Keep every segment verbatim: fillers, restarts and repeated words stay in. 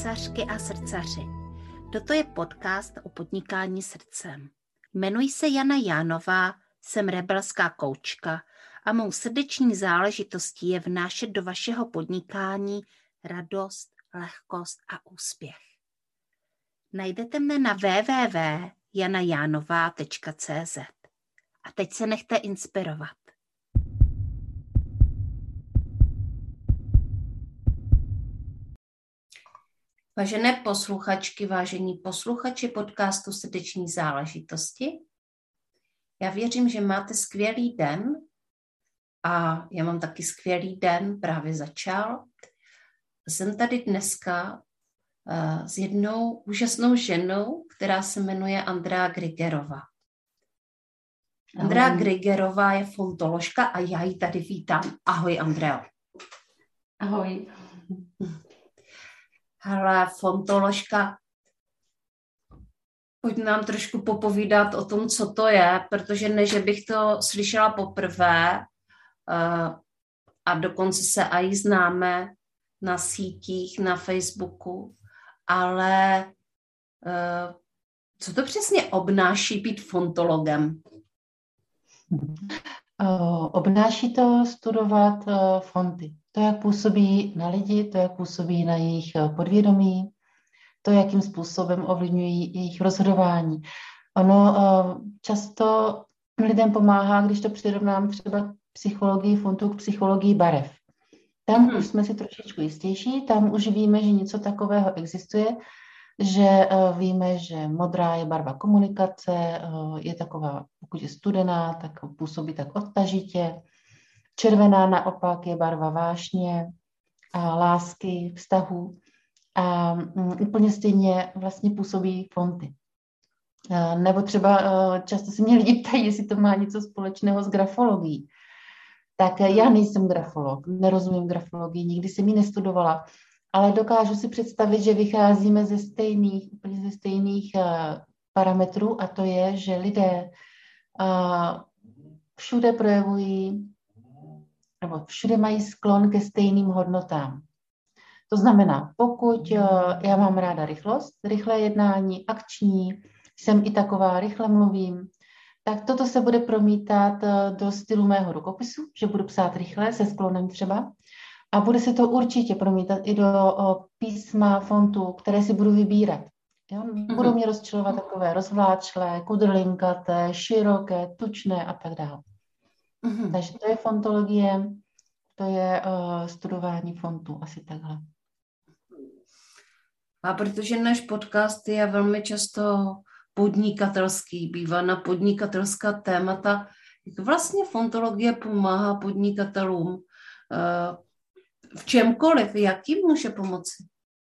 srdcařky a srdcaři. Toto je podcast o podnikání srdcem. Jmenuji se Jana Jánová, jsem rebelská koučka a mou srdeční záležitostí je vnášet do vašeho podnikání radost, lehkost a úspěch. Najdete mne na w w w tečka jana jánová tečka c z. A teď se nechte inspirovat. Vážené posluchačky, vážení posluchači podcastu Srdeční záležitosti, já věřím, že máte skvělý den a já mám taky skvělý den, právě začal. Jsem tady dneska uh, s jednou úžasnou ženou, která se jmenuje Andrea Grigerová. Andrea Grigerová je fontoložka a já ji tady vítám. Ahoj, Andreo. Ahoj. Hele, fontoložka, pojď nám trošku popovídat o tom, co to je, protože ne, že bych to slyšela poprvé uh, a dokonce se aj známe na sítích, na Facebooku, ale uh, co to přesně obnáší být fontologem? Uh, obnáší to studovat uh, fonty. To, jak působí na lidi, to, jak působí na jejich podvědomí, to, jakým způsobem ovlivňují jejich rozhodování. Ono uh, často lidem pomáhá, když to přirovnám třeba psychologii fontů k psychologii barev. Tam hmm. už jsme si trošičku jistější, tam už víme, že něco takového existuje, že uh, víme, že modrá je barva komunikace, uh, je taková, pokud je studená, tak působí tak odtažitě. Červená naopak je barva vášně, a lásky, vztahů a um, úplně stejně vlastně působí fonty. Uh, nebo třeba uh, často se mě lidi ptají, jestli to má něco společného s grafologií. Tak uh, já nejsem grafolog, nerozumím grafologii, nikdy jsem ji nestudovala, ale dokážu si představit, že vycházíme ze stejných, úplně ze stejných uh, parametrů a to je, že lidé uh, všude projevují nebo všude mají sklon ke stejným hodnotám. To znamená, pokud já mám ráda rychlost, rychlé jednání, akční, jsem i taková, rychle mluvím, tak toto se bude promítat do stylu mého rukopisu, že budu psát rychle, se sklonem třeba, a bude se to určitě promítat i do písma, fontu, které si budu vybírat. Jo? Budou mě rozčilovat takové rozvláčlé, kudrlinkaté, široké, tučné a tak dále. Mm-hmm. Takže to je fontologie, to je uh, studování fontů, asi takhle. A protože náš podcast je velmi často podnikatelský, bývá na podnikatelská témata, jak vlastně fontologie pomáhá podnikatelům uh, v čemkoliv, jak jim může pomoci?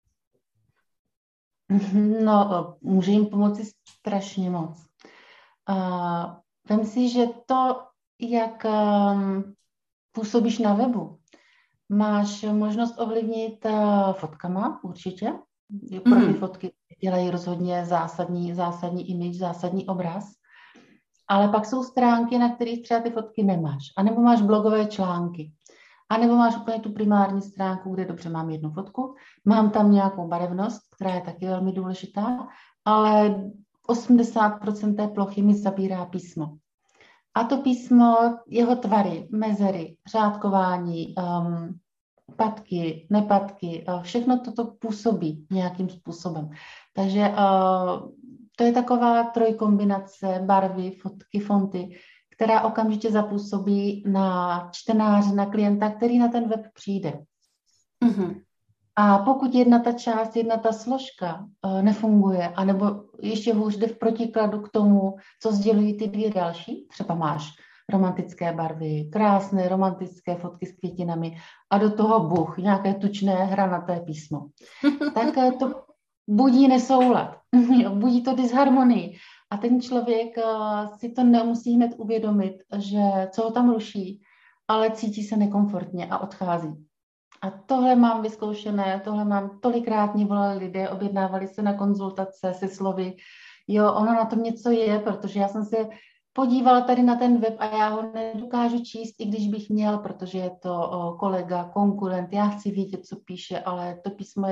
No, může jim pomoci strašně moc. Uh, vem si, že to, jak um, působíš na webu, máš možnost ovlivnit uh, fotkama, určitě. Pro ty mm. fotky dělají rozhodně zásadní, zásadní image, zásadní obraz. Ale pak jsou stránky, na kterých třeba ty fotky nemáš. A nebo máš blogové články. A nebo máš úplně tu primární stránku, kde dobře mám jednu fotku. Mám tam nějakou barevnost, která je taky velmi důležitá, ale osmdesát procent té plochy mi zabírá písmo. A to písmo, jeho tvary, mezery, řádkování, um, patky, nepatky, uh, všechno toto působí nějakým způsobem. Takže uh, to je taková trojkombinace barvy, fotky, fonty, která okamžitě zapůsobí na čtenáře, na klienta, který na ten web přijde. Mm-hmm. A pokud jedna ta část, jedna ta složka uh, nefunguje, anebo ještě hůř jde v protikladu k tomu, co sdělují ty dvě další, třeba máš romantické barvy, krásné romantické fotky s květinami a do toho buch, nějaké tučné hranaté písmo, tak uh, to budí nesoulad, budí to disharmonii. A ten člověk uh, si to nemusí hned uvědomit, že co ho tam ruší, ale cítí se nekomfortně a odchází. A tohle mám vyzkoušené, tohle mám tolikrát mě volali lidé, objednávali se na konzultace se slovy, jo, ono na tom něco je, protože já jsem se podívala tady na ten web a já ho nedokážu číst, i když bych měl, protože je to o, kolega, konkurent, já chci vědět, co píše, ale to písmo je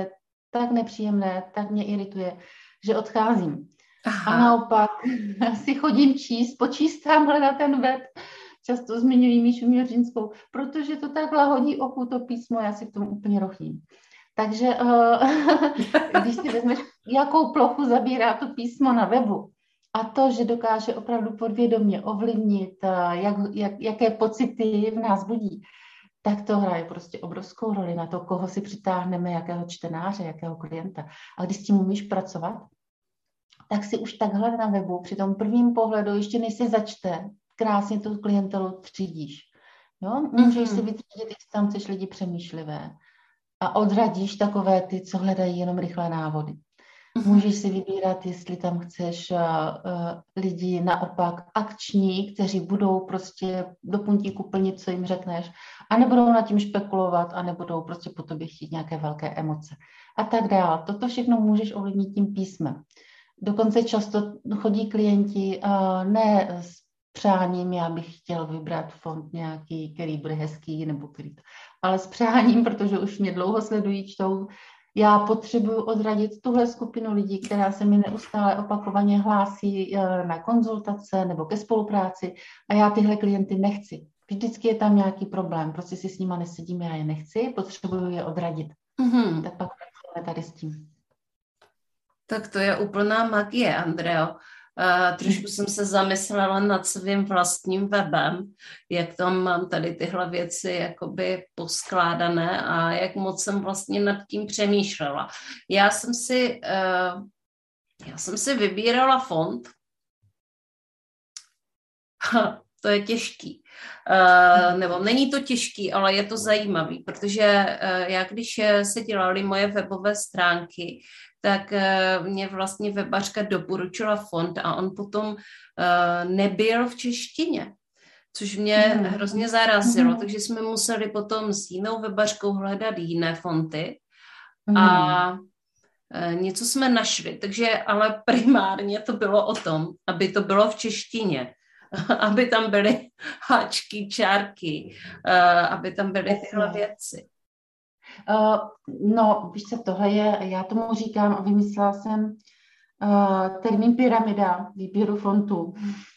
tak nepříjemné, tak mě irituje, že odcházím. Aha. A naopak si chodím číst, počíst tamhle na ten web, často zmiňuji Míšu Měřínskou, protože to tak lahodí oku to písmo, já si v tom úplně rochím. Takže když si vezmeš, jakou plochu zabírá to písmo na webu a to, že dokáže opravdu podvědomě ovlivnit, jak, jak, jaké pocity v nás budí, tak to hraje prostě obrovskou roli na to, koho si přitáhneme, jakého čtenáře, jakého klienta. A když s tím umíš pracovat, tak si už takhle na webu při tom prvním pohledu, ještě než se začte, krásně tu klientelu třídíš. Jo? Můžeš mm-hmm. si vytřídit, jestli tam chceš lidi přemýšlivé a odradíš takové ty, co hledají jenom rychlé návody. Mm-hmm. Můžeš si vybírat, jestli tam chceš uh, uh, lidi naopak akční, kteří budou prostě do puntíku plnit, co jim řekneš, a nebudou nad tím spekulovat a nebudou prostě po tobě chtít nějaké velké emoce. A tak dále. Toto všechno můžeš ovlivnit tím písmem. Dokonce často chodí klienti uh, ne s přáním, já bych chtěl vybrat fond nějaký, který bude hezký, nebo který to, ale s přáním, protože už mě dlouho sledují, čtou. Já potřebuju odradit tuhle skupinu lidí, která se mi neustále opakovaně hlásí uh, na konzultace nebo ke spolupráci a já tyhle klienty nechci. Vždycky je tam nějaký problém, prostě si s nima nesedím, já je nechci, potřebuju je odradit. Mm-hmm. Tak pak pracujeme tady s tím. Tak to je úplná magie, Andreo. Uh, trošku jsem se zamyslela nad svým vlastním webem, jak tam mám tady tyhle věci jakoby poskládané a jak moc jsem vlastně nad tím přemýšlela. Já jsem si, uh, já jsem si vybírala fond. Ha, to je těžký. Uh, nebo není to těžký, ale je to zajímavý, protože uh, já, když se dělaly moje webové stránky, tak mě vlastně webařka doporučila fond a on potom uh, nebyl v češtině, což mě mm. hrozně zarazilo, mm. takže jsme museli potom s jinou webařkou hledat jiné fonty mm. a uh, něco jsme našli, takže ale primárně to bylo o tom, aby to bylo v češtině, aby tam byly háčky, čárky, uh, aby tam byly tyhle věci. Uh, no, víš co, tohle je, já tomu říkám, vymyslela jsem uh, termín pyramida výběru fontů.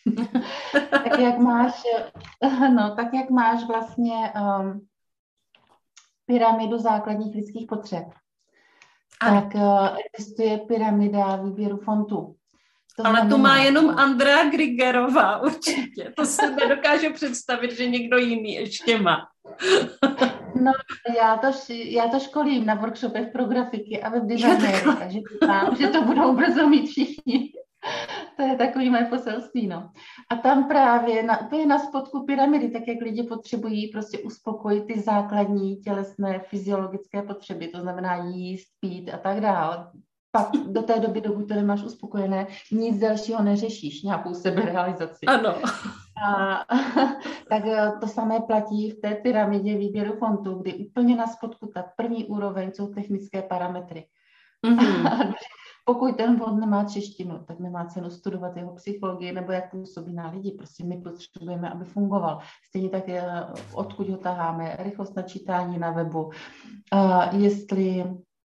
tak jak máš, no, tak jak máš vlastně um, pyramidu základních lidských potřeb, ano. tak uh, existuje pyramida výběru fontů. To Ale to má jenom Andrea Grigerová, určitě. To se nedokážu představit, že někdo jiný ještě má. No, já to, já to školím na workshopech pro grafiky a webdesignéry, takže doufám, že to budou brzo mít všichni. To je takový moje poselství, no. A tam právě, na, to je na spodku pyramidy, tak jak lidi potřebují prostě uspokojit ty základní tělesné fyziologické potřeby, to znamená jíst, pít a tak dále. Pak do té doby, dokud to nemáš uspokojené, nic dalšího neřešíš, nějakou seberealizaci. Ano. A, tak to samé platí v té pyramidě výběru fondů, kdy úplně na spodku ta první úroveň jsou technické parametry. Mm-hmm. Pokud ten fond nemá češtinu, tak nemá cenu studovat jeho psychologii nebo jak působí na lidi. Prostě my potřebujeme, aby fungoval. Stejně tak, odkud ho taháme, rychlost načítání na webu, a jestli...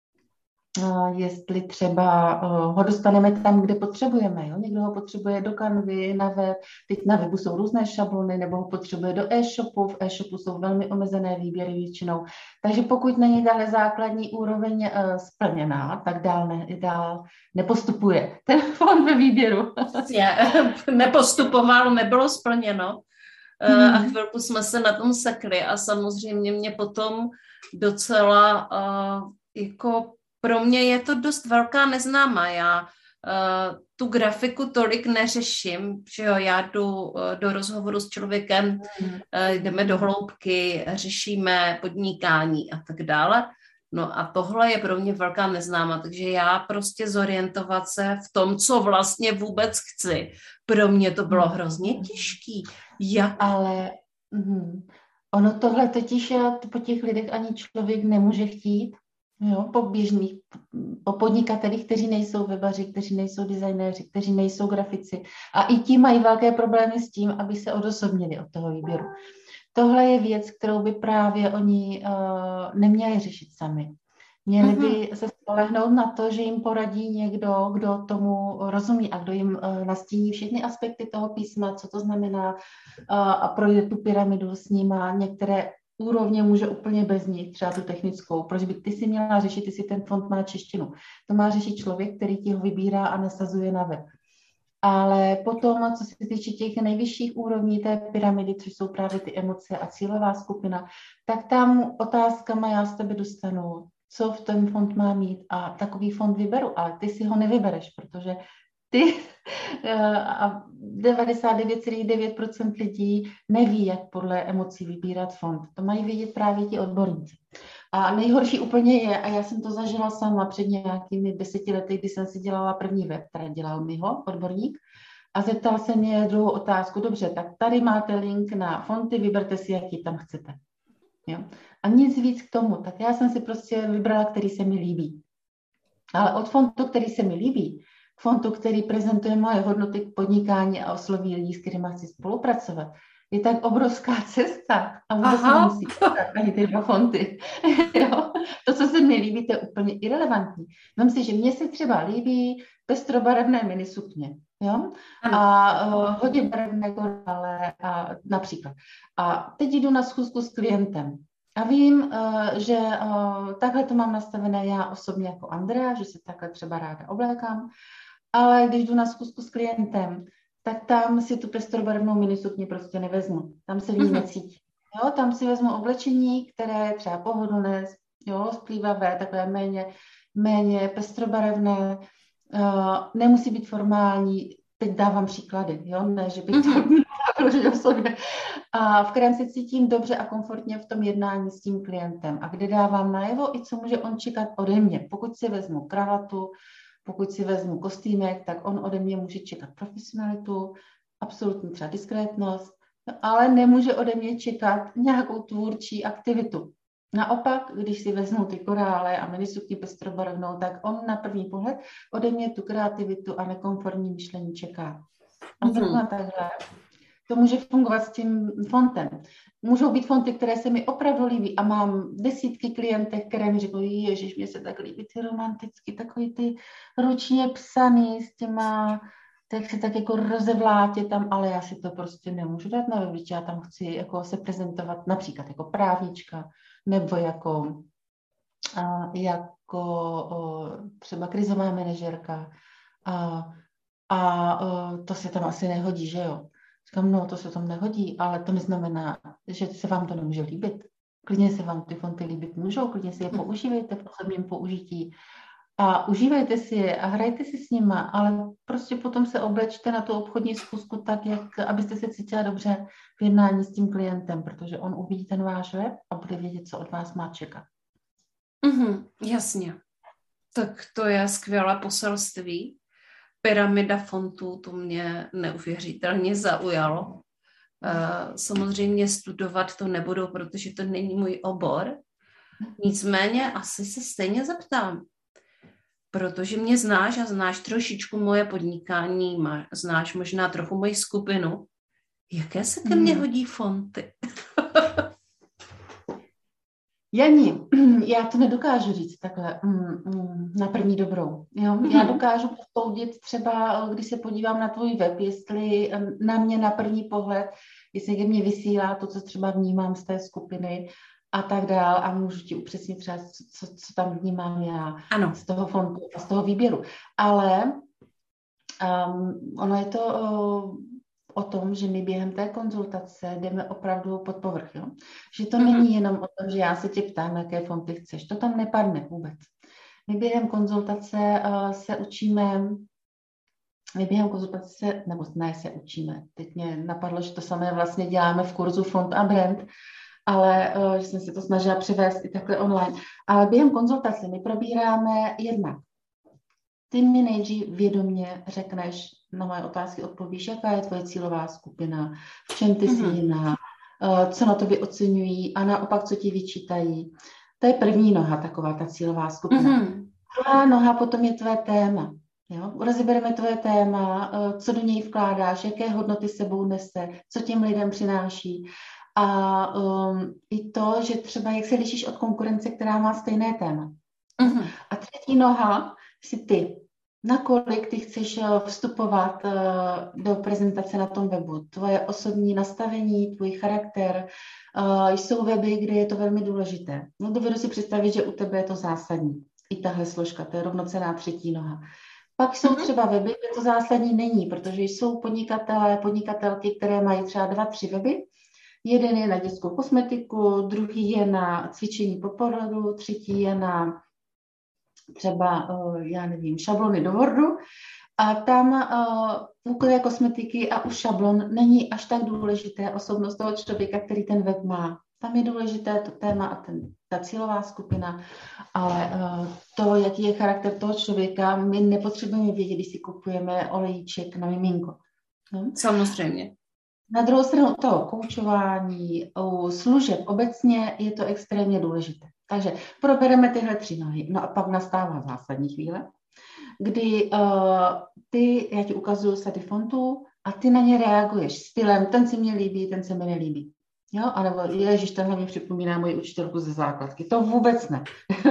jestli třeba ho dostaneme tam, kde potřebujeme. Jo? Někdo ho potřebuje do Canvy, na web, teď na webu jsou různé šablony, nebo ho potřebuje do e-shopu, v e-shopu jsou velmi omezené výběry většinou. Takže pokud není tahle základní úroveň uh, splněná, tak dál, ne, dál nepostupuje ten fond ve výběru. Nepostupoval, nebylo splněno. Hmm. A chvilku jsme se na tom sekli a samozřejmě mě potom docela uh, jako pro mě je to dost velká neznámá. Já uh, tu grafiku tolik neřeším, že jo, já jdu uh, do rozhovoru s člověkem, mm. uh, jdeme do hloubky, řešíme podnikání a tak dále. No a tohle je pro mě velká neznámá, takže já prostě zorientovat se v tom, co vlastně vůbec chci. Pro mě to bylo hrozně těžký. Jak? Ale mm, ono tohle totiž po těch lidech ani člověk nemůže chtít. Jo, po běžných, po podnikatelích, kteří nejsou webaři, kteří nejsou designéři, kteří nejsou grafici. A i ti mají velké problémy s tím, aby se odosobnili od toho výběru. Tohle je věc, kterou by právě oni uh, neměli řešit sami. Měli by se spolehnout na to, že jim poradí někdo, kdo tomu rozumí a kdo jim uh, nastíní všechny aspekty toho písma, co to znamená uh, a projde tu pyramidu s nima. Některé úrovně může úplně bez ní, třeba tu technickou. Proč by ty si měla řešit, ty si ten fond má češtinu. To má řešit člověk, který ti ho vybírá a nasazuje na web. Ale potom, co se týče těch nejvyšších úrovní té pyramidy, což jsou právě ty emoce a cílová skupina, tak tam otázkama já z tebe dostanu, co v ten fond má mít a takový fond vyberu, ale ty si ho nevybereš, protože ty a devadesát devět celá devět procent lidí neví, jak podle emocí vybírat fond. To mají vědět právě ti odborníci. A nejhorší úplně je, a já jsem to zažila sama před nějakými deseti lety, kdy jsem si dělala první web, který dělal Miho, odborník, a zeptal se mě druhou otázku, dobře, tak tady máte link na fonty, vyberte si, jaký tam chcete. Jo? A nic víc k tomu, tak já jsem si prostě vybrala, který se mi líbí. Ale od fontu, který se mi líbí, k fontu, který prezentuje moje hodnoty k podnikání a osloví lidí, s kterými chci spolupracovat, je tak obrovská cesta a vůbec nemusí ani ty dva fonty. Jo? To, co se mi líbí, to je úplně irelevantní. Vem si, že mně se třeba líbí pestrobarevné minisukně. Jo? A uh, hodně barevné korále a například. A teď jdu na schůzku s klientem. A vím, uh, že uh, takhle to mám nastavené já osobně jako Andrea, že se takhle třeba ráda oblékám. Ale když jdu na schůzku s klientem, tak tam si tu pestrobarevnou minisukni prostě nevezmu. Tam se v ní necítím. Jo, tam si vezmu oblečení, které je třeba pohodlné, jo, splývavé, takové méně, méně pestrobarevné, uh, nemusí být formální. Teď dávám příklady, jo, ne, že bych to vyložila v sobě. A v kterém se cítím dobře a komfortně v tom jednání s tím klientem. A kde dávám najevo i co může on čekat ode mě. Pokud si vezmu kravatu, pokud si vezmu kostýmek, tak on ode mě může čekat profesionalitu, absolutní třeba diskrétnost, ale nemůže ode mě čekat nějakou tvůrčí aktivitu. Naopak, když si vezmu ty korále a minisukni pestrobarevnou, tak on na první pohled ode mě tu kreativitu a nekomfortní myšlení čeká. A mm-hmm. takhle. To může fungovat s tím fontem. Můžou být fonty, které se mi opravdu líbí a mám desítky klientek, které mi říkají, ježiš, mně se tak líbí ty romanticky, takový ty ručně psaný s těma, tak se tak jako rozevlátě tam, ale já si to prostě nemůžu dát na web, já tam chci jako se prezentovat například jako právnička nebo jako, a, jako o, třeba krizová manažerka a, a o, to se tam asi nehodí, že jo. Říkám, no, to se tam nehodí, ale to neznamená, že se vám to nemůže líbit. Klidně se vám ty fonty líbit můžou, klidně si je používejte v osobním použití a užívejte si je a hrajte si s nima, ale prostě potom se oblečte na tu obchodní schůzku tak, jak, abyste se cítila dobře v jednání s tím klientem, protože on uvidí ten váš web a bude vědět, co od vás má čekat. Mm-hmm, jasně. Tak to je skvělé poselství. Pyramida fontů, to mě neuvěřitelně zaujalo. Samozřejmě studovat to nebudu, protože to není můj obor. Nicméně asi se stejně zeptám, protože mě znáš a znáš trošičku moje podnikání, znáš možná trochu moji skupinu. Jaké se ke mně hodí fonty? Jani, já to nedokážu říct takhle mm, na první dobrou. Jo? Já dokážu posoudit třeba, když se podívám na tvůj web, jestli na mě na první pohled, jestli ke mně vysílá to, co třeba vnímám z té skupiny a tak dál a můžu ti upřesnit třeba, co, co tam vnímám já ano. z toho fondu a z toho výběru. Ale um, ono je to... Uh, o tom, že my během té konzultace jdeme opravdu pod povrch. Jo? Že to mm-hmm. není jenom o tom, že já se tě ptám, jaké fonty chceš. To tam nepadne vůbec. My během konzultace uh, se učíme, my během konzultace, nebo ne se učíme, teď mě napadlo, že to samé vlastně děláme v kurzu Fond a brand, ale uh, že jsem si to snažila přivést i takhle online. Ale během konzultace my probíráme jednak. Ty mi nejdřív vědomě řekneš, na moje otázky odpovíš, jaká je tvoje cílová skupina, v čem ty jsi mm-hmm. jiná, co na tobě oceňují a naopak, co ti vyčítají. To je první noha, taková ta cílová skupina. Mm-hmm. Druhá noha potom je tvé téma. Jo? Rozebereme tvoje téma, co do něj vkládáš, jaké hodnoty sebou nese, co těm lidem přináší. A um, i to, že třeba jak se lišíš od konkurence, která má stejné téma. Uh-huh. A třetí noha si ty. Nakolik ty chceš vstupovat do prezentace na tom webu. Tvoje osobní nastavení, tvůj charakter. Jsou weby, kde je to velmi důležité. No, dovedu si představit, že u tebe je to zásadní. I tahle složka, to je rovnocenná třetí noha. Pak jsou třeba weby, kde to zásadní není, protože jsou podnikatelé, podnikatelky, které mají třeba dva, tři weby. Jeden je na dětskou kosmetiku, druhý je na cvičení po porodu, třetí je na třeba, já nevím, šablony do Wordu. A tam uh, úkoly kosmetiky a už šablon není až tak důležité osobnost toho člověka, který ten web má. Tam je důležité to téma a ten, ta cílová skupina, ale uh, to, jaký je charakter toho člověka, my nepotřebujeme vědět, když si kupujeme olejček na miminko. No? Samozřejmě. Na druhou stranu toho koučování, u služeb obecně je to extrémně důležité. Takže probereme tyhle tři nohy. No a pak nastává zásadní chvíle, kdy uh, ty, já ti ukazuju sady fontů a ty na ně reaguješ stylem, ten se mi líbí, ten se mi nelíbí. Jo? A nebo ježiš, tenhle mi připomíná moji učitelku ze základky. To vůbec ne.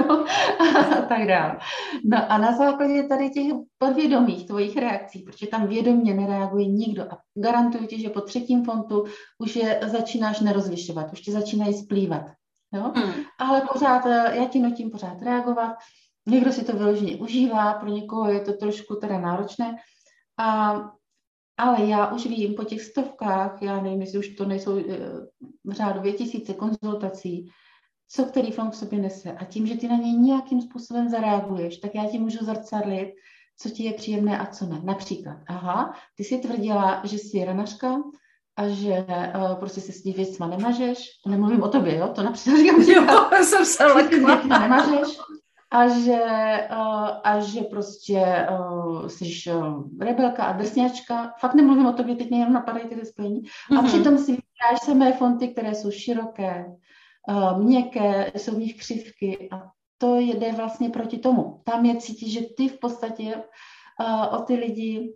A tak dále. No a na základě tady těch podvědomých tvojich reakcí, protože tam vědomě nereaguje nikdo a garantuju ti, že po třetím fontu už je začínáš nerozlišovat, už ti začínají splývat. Jo? Hmm. Ale pořád, já ti nutím pořád reagovat. Někdo si to vyloženě užívá, pro někoho je to trošku teda náročné. A, ale já už vím po těch stovkách, já nevím, jestli už to nejsou v řádově tisíce konzultací, co který fond v sobě nese. A tím, že ty na něj nějakým způsobem zareaguješ, tak já ti můžu zrcadlit, co ti je příjemné a co ne. Například, aha, ty si tvrdila, že jsi ranařka, a že uh, prostě se s tím věcma nemažeš. Nemluvím o tobě, jo? To například říkám. Jo, jsem se lekla. Nemažeš. A že, uh, a že prostě uh, jsi uh, rebelka a drsňačka. Fakt nemluvím o tobě, teď mě jenom napadají ty spojení. Mm-hmm. A přitom si vybíráš samé fonty, které jsou široké, uh, měkké, jsou v nich křivky a to jde vlastně proti tomu. Tam je cítit, že ty v podstatě uh, o ty lidi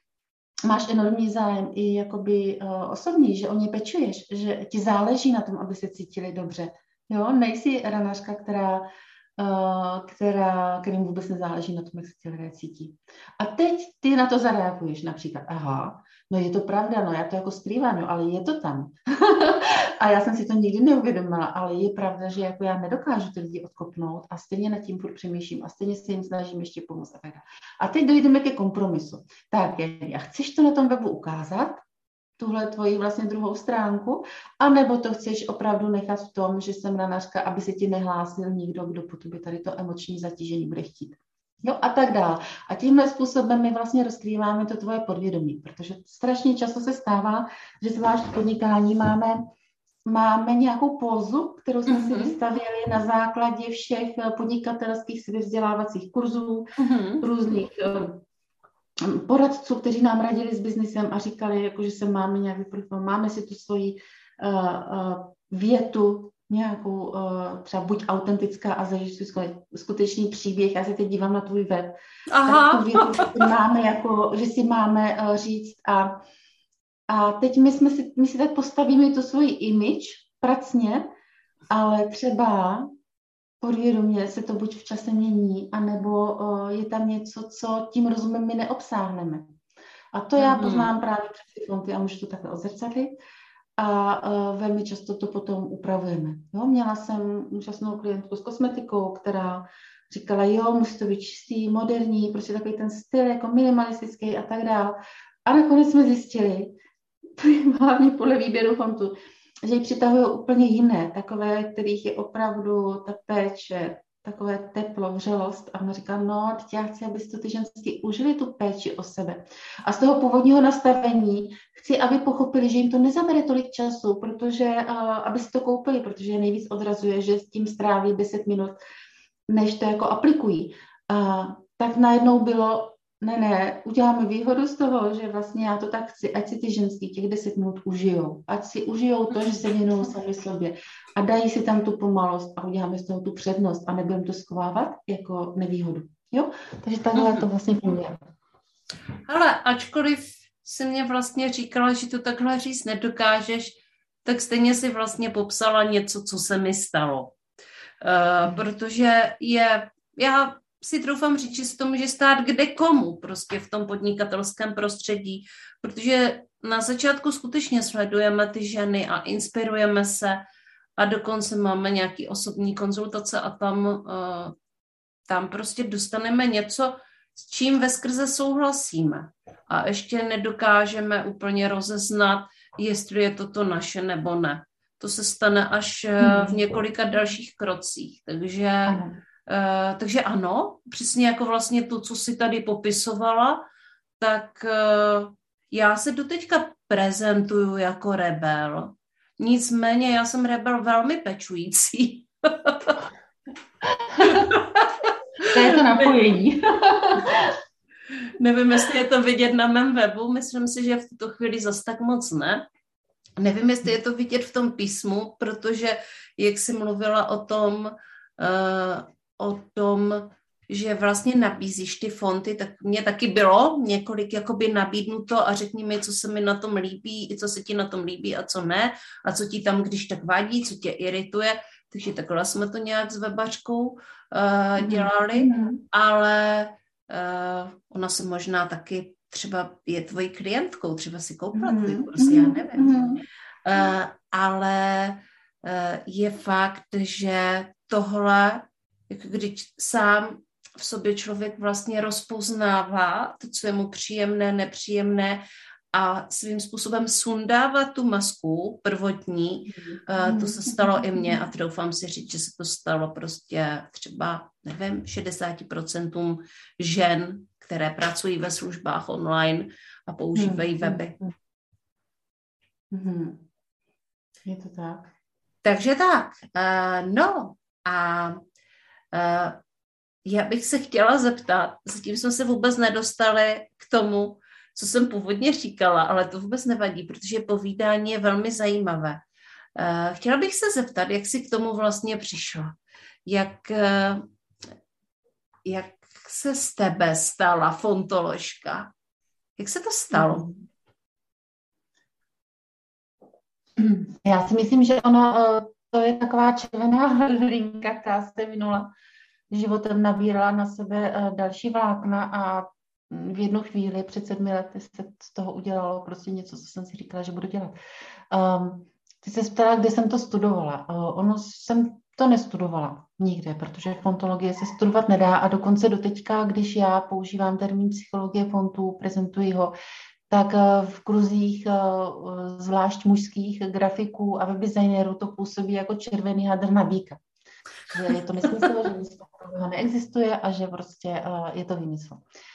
máš enormní zájem i jakoby uh, osobní, že o ně pečuješ, že ti záleží na tom, aby se cítili dobře. Jo, nejsi ranařka, která, uh, která, kterým vůbec nezáleží na tom, jak se ti lidé cítí. A teď ty na to zareaguješ například, aha, no je to pravda, no já to jako skrývám, jo, ale je to tam. A já jsem si to nikdy neuvědomila, ale je pravda, že jako já nedokážu ty lidi odkopnout a stejně nad tím furt přemýšlím a stejně se jim snažím ještě pomoct. A, a teď dojdeme ke kompromisu. Tak, já chceš to na tom webu ukázat, tuhle tvoji vlastně druhou stránku, anebo to chceš opravdu nechat v tom, že jsem ranařka, aby se ti nehlásil nikdo, kdo po tobě tady to emoční zatížení bude chtít. Jo, a tak dál. A tímhle způsobem my vlastně rozkrýváme to tvoje podvědomí, protože strašně často se stává, že zvlášť v podnikání máme, máme nějakou pózu, kterou jsme mm-hmm. si vystavili na základě všech podnikatelských vzdělávacích kurzů, mm-hmm. různých uh, poradců, kteří nám radili s biznisem a říkali, jako, že se máme nějak vyprofilovat, máme si tu svoji uh, uh, větu, nějakou uh, třeba buď autentická a zažij si skutečný příběh. Já se teď dívám na tvůj web. Aha. Tak tu větu, že si máme, jako, že si máme uh, říct a, a teď my, jsme si, my si tak postavíme tu svoji image pracně, ale třeba podvědomě se to buď v čase mění, anebo uh, je tam něco, co tím rozumem my neobsáhneme. A to mm-hmm. já poznám právě přes ty fonty a můžu to takhle odzrcadlit. A uh, velmi často to potom upravujeme. Jo, měla jsem úžasnou klientku s kosmetikou, která říkala, jo, musí to být čistý, moderní, prostě takový ten styl jako minimalistický a tak dále. A nakonec jsme zjistili, hlavně podle výběru fontu, že ji přitahují úplně jiné, takové, kterých je opravdu ta péče, takové teplo, vřelost. A ona říká, no, teď já chci, abyste ty ženský užili tu péči o sebe. A z toho původního nastavení chci, aby pochopili, že jim to nezabere tolik času, protože, uh, aby si to koupili, protože je nejvíc odrazuje, že s tím stráví deset minut, než to jako aplikují. Uh, tak najednou bylo, ne, ne, uděláme výhodu z toho, že vlastně já to tak chci, ať si ty ženský těch deset minut užijou. Ať si užijou to, že se věnují sami sobě. A dají si tam tu pomalost a uděláme z toho tu přednost a nebudeme to schovávat jako nevýhodu. Jo? Takže takhle to vlastně funguje. Ale ačkoliv si mě vlastně říkala, že to takhle říct nedokážeš, tak stejně si vlastně popsala něco, co se mi stalo. Uh, protože je já si troufám říct, že se to může stát kde komu prostě v tom podnikatelském prostředí, protože na začátku skutečně sledujeme ty ženy a inspirujeme se a dokonce máme nějaké osobní konzultace a tam, uh, tam prostě dostaneme něco, s čím veskrze souhlasíme. A ještě nedokážeme úplně rozeznat, jestli je to to naše nebo ne. To se stane až uh, v několika dalších krocích. Takže, uh, takže ano, přesně jako vlastně to, co si tady popisovala, tak uh, já se doteďka prezentuju jako rebel. Nicméně já jsem rebel velmi pečující. To je to napojení. Nevím, jestli je to vidět na mém webu, myslím si, že v tuto chvíli zas tak moc ne. Nevím, jestli je to vidět v tom písmu, protože jak jsi mluvila o tom, uh, o tom, že vlastně nabízíš ty fonty, tak mě taky bylo několik jakoby nabídnuto a řekni mi, co se mi na tom líbí, i co se ti na tom líbí a co ne, a co ti tam když tak vadí, co tě irituje. Takže takhle jsme to nějak s webačkou uh, dělali, mm. ale uh, ona se možná taky třeba je tvojí klientkou, třeba si koupila mm. tvůj kurz, já nevím. Mm. Uh, ale uh, je fakt, že tohle, jako když sám v sobě člověk vlastně rozpoznává to, co je mu příjemné, nepříjemné a svým způsobem sundává tu masku prvotní. To se stalo i mně a troufám si říct, že se to stalo prostě třeba, nevím, šedesát procent žen, které pracují ve službách online a používají weby. Je to tak. Takže tak. Uh, no a uh, já bych se chtěla zeptat, zatím jsme se vůbec nedostali k tomu, co jsem původně říkala, ale to vůbec nevadí, protože povídání je velmi zajímavé. Uh, chtěla bych se zeptat, jak jsi k tomu vlastně přišla. Jak, uh, jak se z tebe stala fontoložka? Jak se to stalo? Já si myslím, že ona, to je taková červená hlinka, která se vynula životem, nabírala na sebe další vlákna a v jednu chvíli před sedmi lety se z toho udělalo prostě něco, co jsem si říkala, že budu dělat. Um, ty se ptala, kde jsem to studovala. Uh, ono jsem to nestudovala nikde, protože fontologie se studovat nedá a dokonce doteďka, když já používám termín psychologie fontů, prezentuji ho, tak v kruzích zvlášť mužských grafiků a webdesignérů to působí jako červený hadr na býka. Že je to nesmysl, že nic takového neexistuje a že prostě je to výmysl.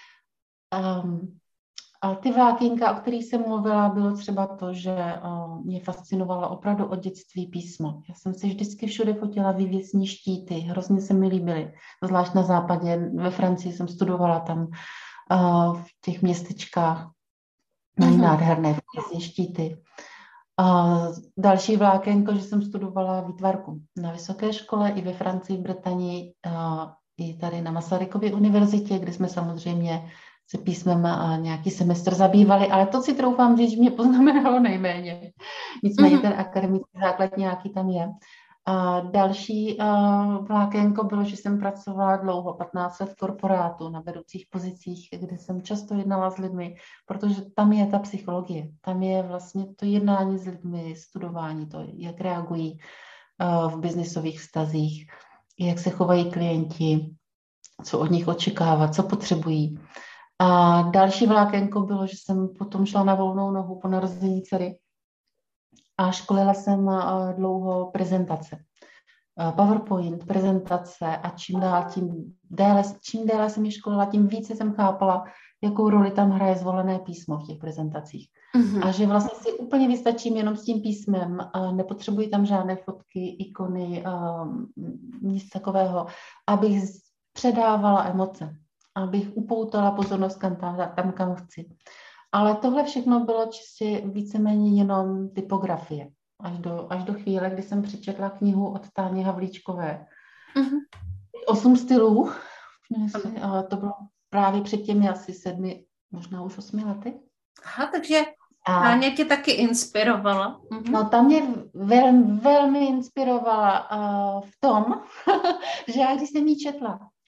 Um, a ty vlákínka, o kterých jsem mluvila, bylo třeba to, že uh, mě fascinovalo opravdu od dětství písmo. Já jsem si vždycky všude fotila vývěsní štíty, hrozně se mi líbily, zvlášť na západě, ve Francii jsem studovala tam uh, v těch městečkách. Mají nádherné vývěsní štíty. A další vlákénko, že jsem studovala výtvarku na vysoké škole i ve Francii, v Británii, i tady na Masarykově univerzitě, kde jsme samozřejmě se písmem a nějaký semestr zabývali, ale to si troufám říct, že mě poznamenalo nejméně. Nicméně mm-hmm. ten akademický základ nějaký tam je. A další uh, vlákénko bylo, že jsem pracovala dlouho, patnáct let v korporátu na vedoucích pozicích, kde jsem často jednala s lidmi, protože tam je ta psychologie, tam je vlastně to jednání s lidmi, studování, to, jak reagují uh, v biznisových vztazích, jak se chovají klienti, co od nich očekávat, co potřebují. A další vlákénko bylo, že jsem potom šla na volnou nohu po narození dcery a školila jsem dlouho prezentace. PowerPoint, prezentace a čím dál, tím déle, čím déle jsem ji školila, tím více jsem chápala, jakou roli tam hraje zvolené písmo v těch prezentacích. Mm-hmm. A že vlastně si úplně vystačím jenom s tím písmem, a nepotřebuji tam žádné fotky, ikony, nic takového, abych předávala emoce, abych upoutala pozornost tam, tam kam chci. Ale tohle všechno bylo čistě víceméně jenom typografie. Až do, až do chvíle, kdy jsem přečetla knihu od Táni Havlíčkové. Mm-hmm. Osm stylů. A to bylo právě před těmi asi sedmi, možná už osmi lety. Aha, takže Táně tě taky inspirovala. Mm-hmm. No, ta mě vel, velmi inspirovala uh, v tom, že já když jsem ji četla,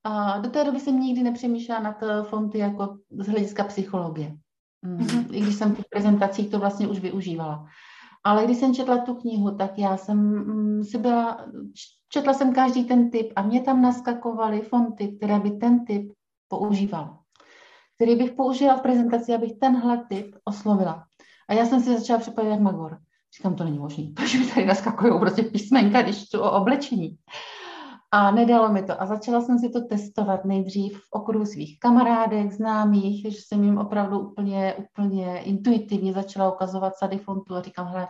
A do té doby jsem nikdy nepřemýšlela nad fonty jako z hlediska psychologie. Mm-hmm. I když jsem v těch prezentacích to vlastně už využívala. Ale když jsem četla tu knihu, tak já jsem mm, si byla, četla jsem každý ten typ a mě tam naskakovaly fonty, které by ten typ používal. Který bych použila v prezentaci, abych tenhle typ oslovila. A já jsem si začala připravit jak magor. Říkám, to není možné, protože mi tady naskakují prostě písmenka, když čtu o oblečení. A nedalo mi to. A začala jsem si to testovat nejdřív v okruhu svých kamarádek, známých, že jsem jim opravdu úplně, úplně intuitivně začala ukazovat sady fontů a říkám, hele,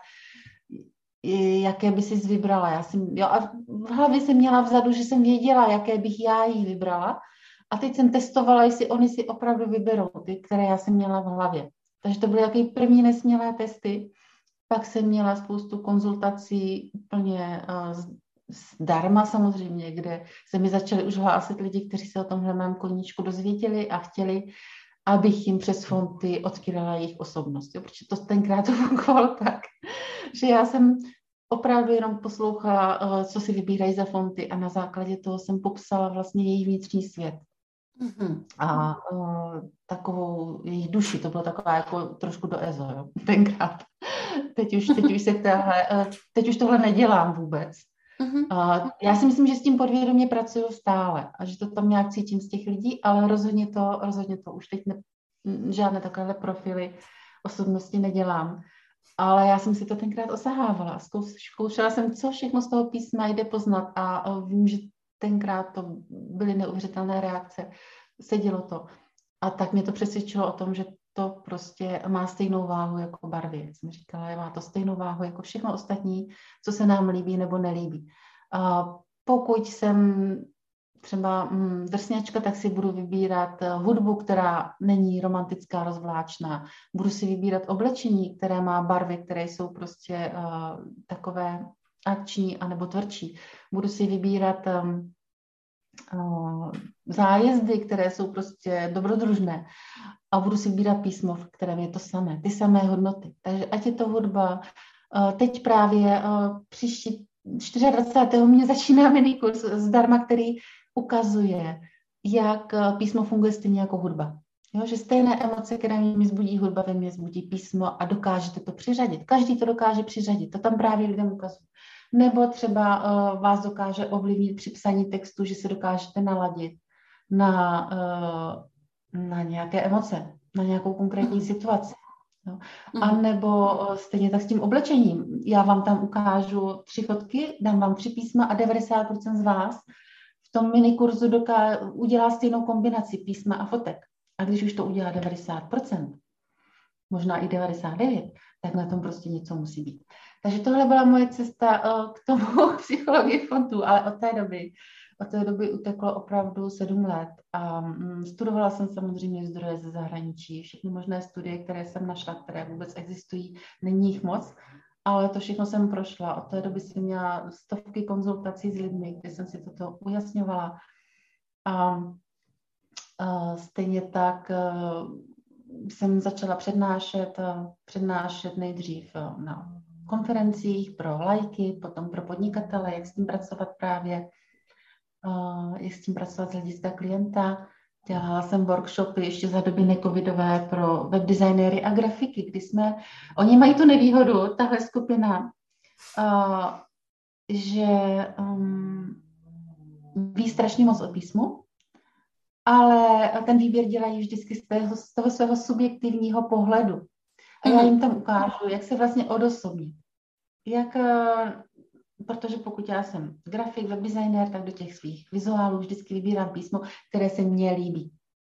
jaké by jsi vybrala. Já jsem, jo, a v hlavě jsem měla vzadu, že jsem věděla, jaké bych já jí vybrala. A teď jsem testovala, jestli oni si opravdu vyberou ty, které já jsem měla v hlavě. Takže to byly jaký první nesmělé testy. Pak jsem měla spoustu konzultací úplně uh, zdarma samozřejmě, kde se mi začali už hlásit lidi, kteří se o tomhle mém koníčku dozvěděli a chtěli, abych jim přes fonty odkrývala jejich osobnost. Jo? Protože to tenkrát to fungovalo tak, že já jsem opravdu jenom poslouchala, uh, co si vybírají za fonty a na základě toho jsem popsala vlastně jejich vnitřní svět. Mm-hmm. A uh, takovou jejich duši, to bylo taková jako trošku do ezo, jo, tenkrát. Teď už, teď už, se téhle, uh, teď už tohle nedělám vůbec. Mm-hmm. Uh, já si myslím, že s tím podvědomě pracuju stále a že to tam nějak cítím z těch lidí, ale rozhodně to, rozhodně to už teď ne, žádné takové profily osobnosti nedělám. Ale já jsem si to tenkrát osahávala. Zkoušela jsem, co všechno z toho písma jde poznat a uh, vím, že tenkrát to byly neuvěřitelné reakce, sedělo to. A tak mě to přesvědčilo o tom, že to prostě má stejnou váhu jako barvy. Jak jsem říkala, má to stejnou váhu jako všechno ostatní, co se nám líbí nebo nelíbí. A pokud jsem třeba hm, drsňačka, tak si budu vybírat hudbu, která není romantická, rozvláčná. Budu si vybírat oblečení, které má barvy, které jsou prostě uh, takové akční anebo tvrdší. Budu si vybírat um, uh, zájezdy, které jsou prostě dobrodružné a budu si vybírat písmo, v kterém je to samé, ty samé hodnoty. Takže ať je to hudba, uh, teď právě uh, příští dvacátého čtvrtého mě začíná minikurs zdarma, který ukazuje, jak písmo funguje stejně jako hudba. Jo, že stejné emoce, které mě zbudí hudba, ve mně zbudí písmo a dokážete to přiřadit. Každý to dokáže přiřadit, to tam právě lidem ukazuje. Nebo třeba uh, vás dokáže ovlivnit při psaní textu, že se dokážete naladit na, uh, na nějaké emoce, na nějakou konkrétní situaci. Jo. A nebo uh, stejně tak s tím oblečením. Já vám tam ukážu tři fotky, dám vám tři písma a devadesát procent z vás v tom minikurzu doká- udělá stejnou kombinaci písma a fotek. A když už to udělá devadesát procent, možná i devadesát devět procent, tak na tom prostě něco musí být. Takže tohle byla moje cesta uh, k tomu psychologii fontů, ale od té doby, od té doby uteklo opravdu sedm let a um, studovala jsem samozřejmě zdroje ze zahraničí, všechny možné studie, které jsem našla, které vůbec existují, není jich moc, ale to všechno jsem prošla. Od té doby jsem měla stovky konzultací s lidmi, kde jsem si toto ujasňovala. A uh, stejně tak uh, jsem začala přednášet, uh, přednášet nejdřív uh, na konferencích pro lajky, potom pro podnikatele, jak s tím pracovat právě, uh, jak s tím pracovat z hlediska klienta. Dělala jsem workshopy ještě za doby necovidové pro webdesignéry a grafiky, kdy jsme, oni mají tu nevýhodu, tahle skupina, uh, že um, ví strašně moc o písmu, ale ten výběr dělají vždycky z toho, z toho svého subjektivního pohledu. A já jim tam ukážu, jak se vlastně odosobnit. Jak, protože pokud já jsem grafik, webdesigner, tak do těch svých vizuálů vždycky vybírám písmo, které se mně líbí.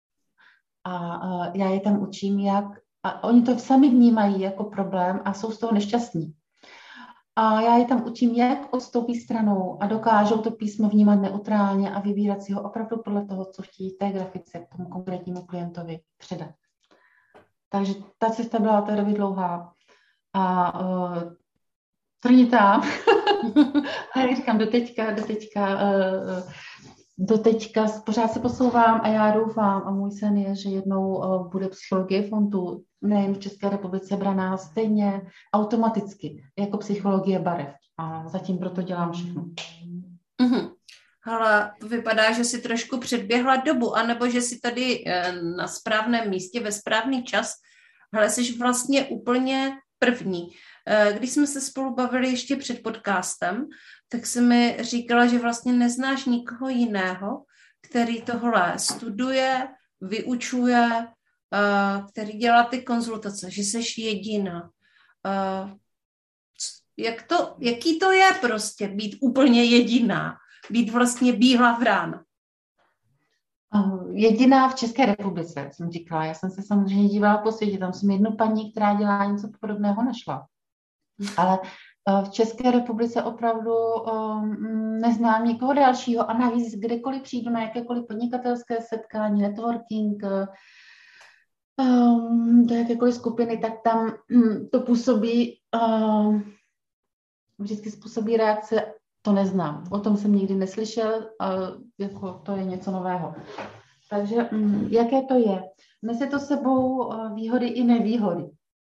A já je tam učím, jak, a oni to sami vnímají jako problém a jsou z toho nešťastní. A já je tam učím, jak odstoupí stranou a dokážou to písmo vnímat neutrálně a vybírat si ho opravdu podle toho, co chtějí té grafice k tomu konkrétnímu klientovi předat. Takže ta cesta byla té doby dlouhá a uh, trnitá. A jak říkám, do teďka, do teďka, uh, do teďka pořád se posouvám a já doufám a můj sen je, že jednou uh, bude psychologie fontů nejen v České republice braná stejně automaticky jako psychologie barev. A zatím proto dělám všechno. Mm-hmm. Ale vypadá, že si trošku předběhla dobu, anebo že si tady na správném místě ve správný čas, ale jsi vlastně úplně první. Když jsme se spolu bavili ještě před podcastem, tak jsi mi říkala, že vlastně neznáš nikoho jiného, který tohle studuje, vyučuje, který dělá ty konzultace, že jsi jediná. Jak to, jaký to je prostě být úplně jediná? Být vlastně bílá vrána. Jediná v České republice, jsem říkala. Já jsem se samozřejmě dívala po světě. Tam jsem jednu paní, která dělá něco podobného, našla. Ale v České republice opravdu um, neznám nikoho dalšího a navíc kdekoliv přijdu na jakékoliv podnikatelské setkání, networking, um, do jakékoliv skupiny, tak tam um, to působí, um, vždycky způsobí reakce. To neznám. O tom jsem nikdy neslyšel, ale jako to je něco nového. Takže mm, jaké to je? Nese to sebou výhody i nevýhody.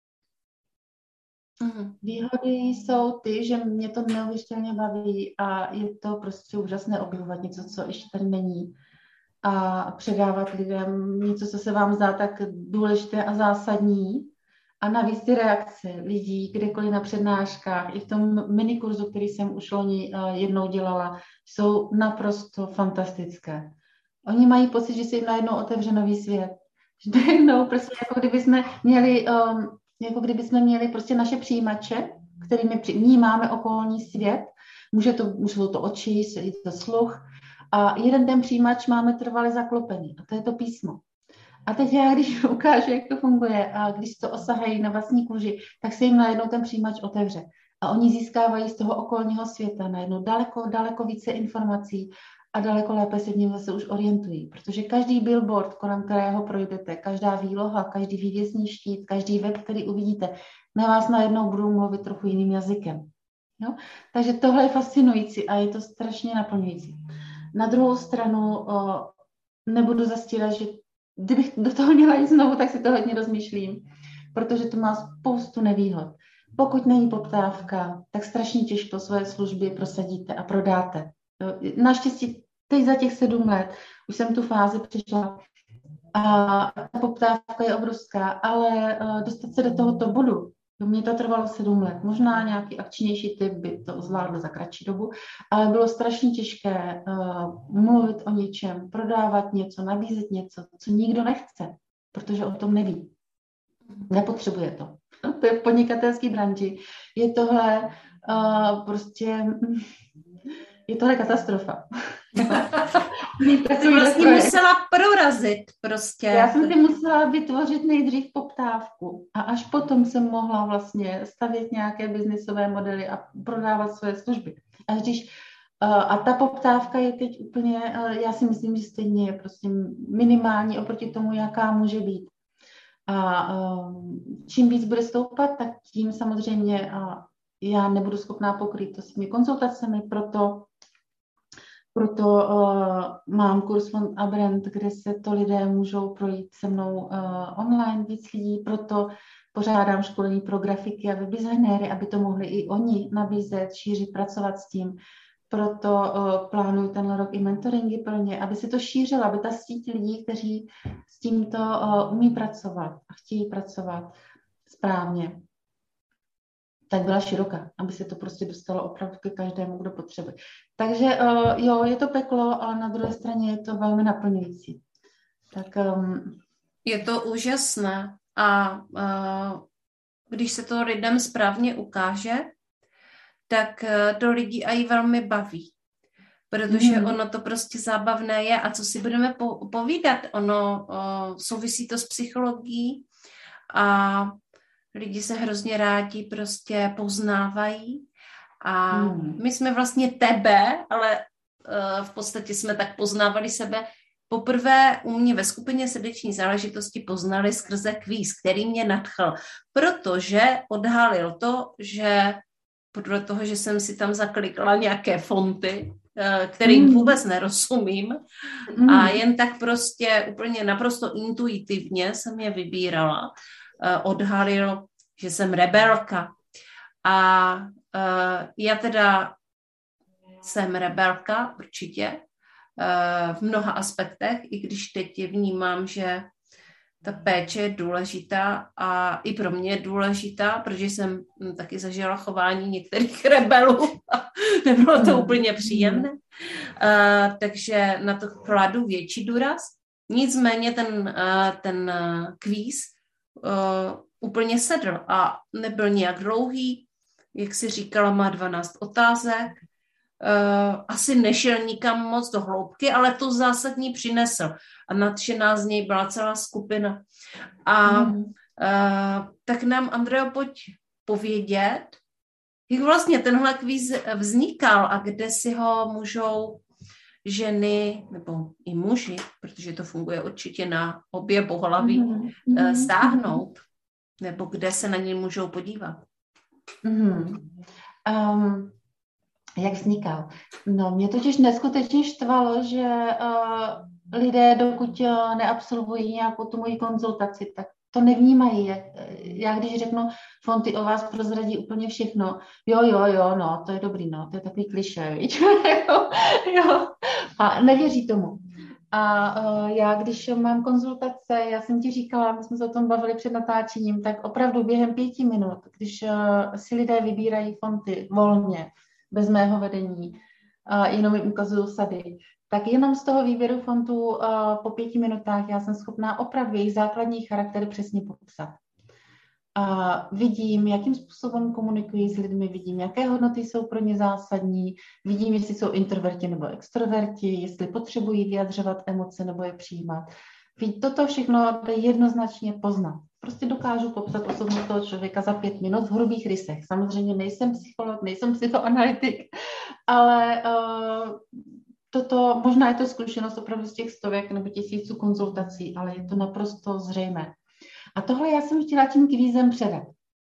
Mm. Výhody jsou ty, že mě to neuvěřitelně baví a je to prostě úžasné objevovat něco, co ještě tady není a předávat lidem něco, co se vám zdá tak důležité a zásadní. A navíc ty reakce lidí, kdekoliv na přednáškách, i v tom minikurzu, který jsem už loni jednou dělala, jsou naprosto fantastické. Oni mají pocit, že se jim najednou otevře nový svět. Že najednou prostě jako kdyby jsme měli, um, jako kdyby jsme měli prostě naše přijímače, kterými vnímáme okolní svět. Může to, můžou to oči, je to sluch. A jeden ten přijímač máme trvale zaklopený. A to je to písmo. A teď já, když ukážu, jak to funguje a když to osahají na vlastní kůži, tak se jim najednou ten přijímač otevře. A oni získávají z toho okolního světa najednou daleko, daleko více informací a daleko lépe se v něm zase už orientují. Protože každý billboard, kolem kterého projdete, každá výloha, každý vývěsní štít, každý web, který uvidíte, na vás najednou budou mluvit trochu jiným jazykem. Jo? Takže tohle je fascinující a je to strašně naplňující. Na druhou stranu o, nebudu zastírat, že kdybych do toho měla jít znovu, tak si to hodně rozmýšlím, protože to má spoustu nevýhod. Pokud není poptávka, tak strašně těžko svoje služby prosadíte a prodáte. Naštěstí teď za těch sedm let už jsem tu fázi přišla a ta poptávka je obrovská, ale dostat se do tohoto bodu, mně to trvalo sedm let. Možná nějaký akčnější typ by to zvládl za kratší dobu, ale bylo strašně těžké uh, mluvit o něčem, prodávat něco, nabízet něco, co nikdo nechce, protože o tom neví. Nepotřebuje to. To je v podnikatelské branži. Je tohle uh, prostě, je tohle katastrofa. Ty jsi vlastně musela prorazit prostě. Já jsem si musela vytvořit nejdřív poptávku a až potom jsem mohla vlastně stavět nějaké biznisové modely a prodávat své služby. A když a ta poptávka je teď úplně, já si myslím, že stejně je prostě minimální oproti tomu, jaká může být. A čím víc bude stoupat, tak tím samozřejmě já nebudu schopná pokrýt to svými konzultacemi, proto Proto uh, mám kurz Fond a Brand, kde se to lidé můžou projít se mnou uh, online, víc lidí, proto pořádám školení pro grafiky a webdesignéry, aby to mohli i oni nabízet, šířit, pracovat s tím. Proto uh, plánuju tenhle rok i mentoringy pro ně, aby se to šířilo, aby ta síť lidí, kteří s tímto uh, umí pracovat a chtějí pracovat správně, tak byla široká, aby se to prostě dostalo opravdu ke každému, kdo potřebuje. Takže uh, jo, je to peklo, ale na druhé straně je to velmi naplňující. Tak, um... Je to úžasné a uh, když se to lidem správně ukáže, tak uh, to lidi aj velmi baví. Protože mm. ono to prostě zábavné je a co si budeme po- povídat, ono uh, souvisí to s psychologií a lidi se hrozně rádi prostě poznávají a hmm. my jsme vlastně tebe, ale uh, v podstatě jsme tak poznávali sebe. Poprvé u mě ve skupině Srdeční záležitosti poznali skrze kvíz, který mě nadchl, protože odhalil to, že podle toho, že jsem si tam zaklikla nějaké fonty, uh, kterým hmm. vůbec nerozumím hmm. a jen tak prostě úplně naprosto intuitivně jsem je vybírala, odhalil, že jsem rebelka. A uh, já teda jsem rebelka určitě v mnoha aspektech, i když teď vnímám, že ta péče je důležitá a i pro mě je důležitá, protože jsem taky zažila chování některých rebelů a nebylo to úplně příjemné. Uh, takže na to kladu větší důraz. Nicméně ten, uh, ten uh, kvíz uh, úplně sedl a nebyl nějak dlouhý, jak si říkala, má dvanáct otázek. Uh, asi nešel nikam moc do hloubky, ale to zásadní přinesl. A nadšená z něj byla celá skupina. A mm. uh, tak nám, Andreo, pojď povědět, jak vlastně tenhle kvíz vznikal a kde si ho můžou ženy, nebo i muži, protože to funguje určitě na obě pohlaví, mm. uh, stáhnout, nebo kde se na něj můžou podívat. Mm. Um. Jak vznikal? No, mě totiž neskutečně štvalo, že uh, lidé, dokud uh, neabsolvují nějakou tu moji konzultaci, tak to nevnímají. Jak, já když řeknu, fonty o vás prozradí úplně všechno, jo, jo, jo, no, to je dobrý, no, to je takový klišé, víš? Jo, a nevěří tomu. A uh, já, když mám konzultace, já jsem ti říkala, my jsme se o tom bavili před natáčením, tak opravdu během pěti minut, když uh, si lidé vybírají fonty volně, bez mého vedení, a jenom jim ukazuju sady, tak jenom z toho výběru fontů uh, po pěti minutách já jsem schopná opravdu jejich základní charakter přesně popsat. A vidím, jakým způsobem komunikují s lidmi, vidím, jaké hodnoty jsou pro ně zásadní, vidím, jestli jsou introverti nebo extroverti, jestli potřebují vyjadřovat emoce nebo je přijímat. Toto všechno jde jednoznačně poznat. Prostě dokážu popsat osobnost toho člověka za pět minut v hrubých rysech. Samozřejmě nejsem psycholog, nejsem psychoanalytik, ale uh, toto, možná je to zkušenost opravdu z těch stovek nebo tisíců konzultací, ale je to naprosto zřejmé. A tohle já jsem chtěla tím kvízem předat.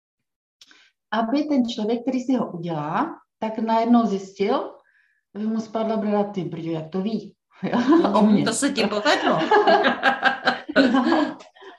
Aby ten člověk, který si ho udělá, tak najednou zjistil, aby mu spadla brada, ty brďo, jak to ví. O mě. To se ti povedlo. No.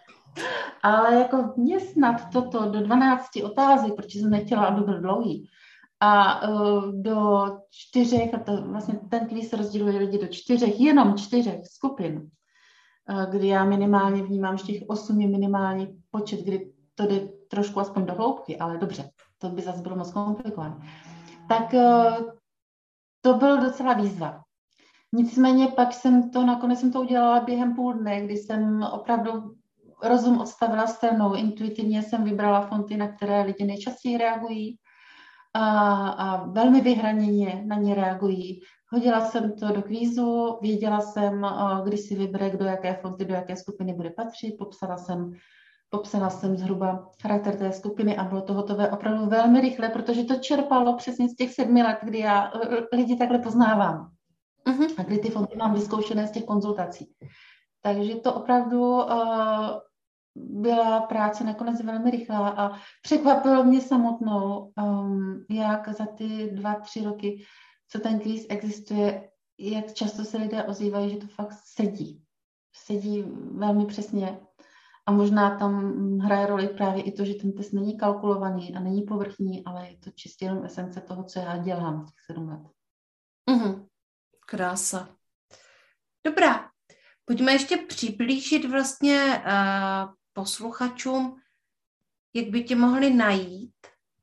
Ale jako mě snad toto do dvanácti otázek, protože jsem nechtěla, aby byl dlouhý, a uh, do čtyřech, a to vlastně ten kvíz se rozděluje lidi do čtyřech, jenom čtyřech skupin, uh, kdy já minimálně vnímám, že těch osm je minimální počet, kdy to jde trošku aspoň do hloubky, ale dobře, to by zase bylo moc komplikované. Tak uh, to byl docela výzva. Nicméně pak jsem to, nakonec jsem to udělala během půl dne, kdy jsem opravdu rozum odstavila stranou. Intuitivně jsem vybrala fonty, na které lidi nejčastěji reagují a, a velmi vyhraněně na ně reagují. Hodila jsem to do kvízu, věděla jsem, kdy si vybere, kdo jaké fonty, do jaké skupiny bude patřit, popsala jsem, popsala jsem zhruba charakter té skupiny a bylo to hotové opravdu velmi rychle, protože to čerpalo přesně z těch sedmi let, kdy já lidi takhle poznávám. Uh-huh. A kdy ty fonty mám vyzkoušené z těch konzultací. Takže to opravdu uh, byla práce nakonec velmi rychlá a překvapilo mě samotnou, um, jak za ty dva, tři roky, co ten kvíz existuje, jak často se lidé ozývají, že to fakt sedí. Sedí velmi přesně. A možná tam hraje roli právě i to, že ten test není kalkulovaný a není povrchní, ale je to čistě jenom esence toho, co já dělám těch sedm let. Uh-huh. Krása. Dobrá. Pojďme ještě přiblížit vlastně uh, posluchačům, jak by tě mohli najít,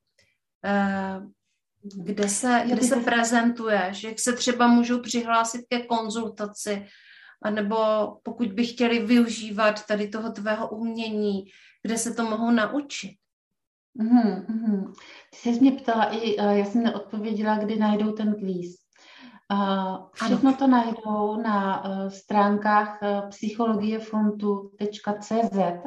uh, kde se, kde se prezentuješ, jak se třeba můžou přihlásit ke konzultaci, anebo pokud by chtěli využívat tady toho tvého umění, kde se to mohou naučit. Mm, mm. Ty jsi mě ptala i, uh, já jsem neodpověděla, kdy najdou ten kvíz. Uh, všechno to najdou na uh, stránkách uh, psychologiefontu tečka cé zet.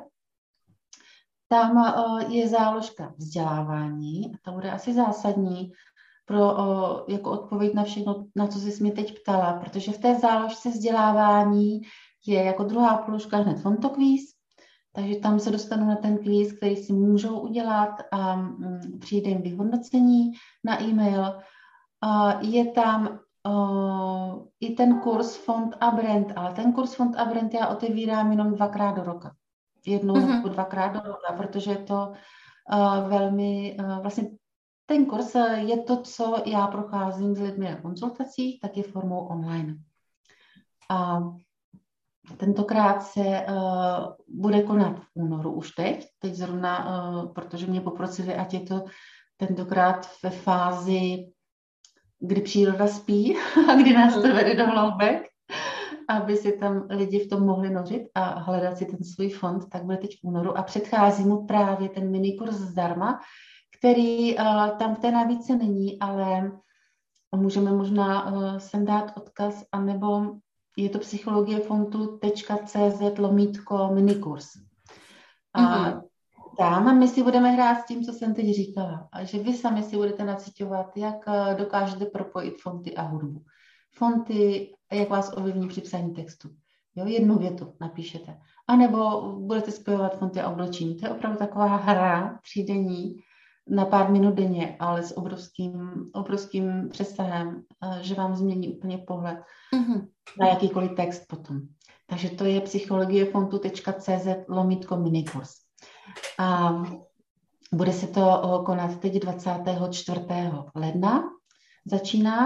Tam uh, je záložka vzdělávání a to bude asi zásadní pro uh, jako odpověď na všechno, na co jsi mě teď ptala, protože v té záložce vzdělávání je jako druhá položka hned fontokvíz, takže tam se dostanu na ten kvíz, který si můžou udělat a um, přijde jim vyhodnocení na e-mail. Uh, je tam Uh, i ten kurz Font a Brand, ale ten kurz Font a Brand já otevírám jenom dvakrát do roka. Jednou mm-hmm. nebo dvakrát do roka, protože je to uh, velmi, uh, vlastně ten kurz je to, co já procházím s lidmi na konzultacích, tak je formou online. A tentokrát se uh, bude konat v únoru už teď, teď zrovna, uh, protože mě poprosili, ať je to tentokrát ve fázi, kdy příroda spí a kdy nás to vede do hloubek, aby si tam lidi v tom mohli nořit a hledat si ten svůj fond, tak bude teď v únoru a předchází mu právě ten minikurs zdarma, který uh, tam v té nabídce není, ale můžeme možná uh, sem dát odkaz, anebo je to psychologiefontu.cz lomítko minikurs. A mm-hmm. tam my si budeme hrát s tím, co jsem teď říkala. A že vy sami si budete nacitovat, jak dokážete propojit fonty a hudbu. Fonty, jak vás ovlivní při psaní textu. Jo, jednu větu napíšete. A nebo budete spojovat fonty a oblečení. To je opravdu taková hra třídenní na pár minut denně, ale s obrovským, obrovským přesahem, že vám změní úplně pohled mm-hmm. na jakýkoliv text potom. Takže to je psychologiefontu.cz lomítko minikurs. A bude se to konat teď dvacátého čtvrtého ledna. Začíná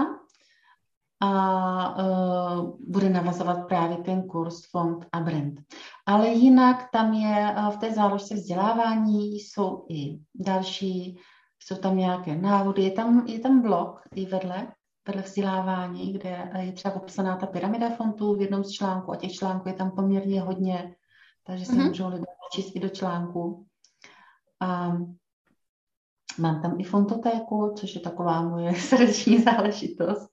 a uh, bude navazovat právě ten kurz Fond a brand. Ale jinak tam je uh, v té záložce vzdělávání jsou i další, jsou tam nějaké návody, je tam, je tam blog i vedle, vedle vzdělávání, kde je třeba popsaná ta pyramida fondů v jednom z článků a těch článků je tam poměrně hodně, takže se mm-hmm. můžou lidé číst i do článku. A mám tam i fontotéku, což je taková moje srdeční záležitost,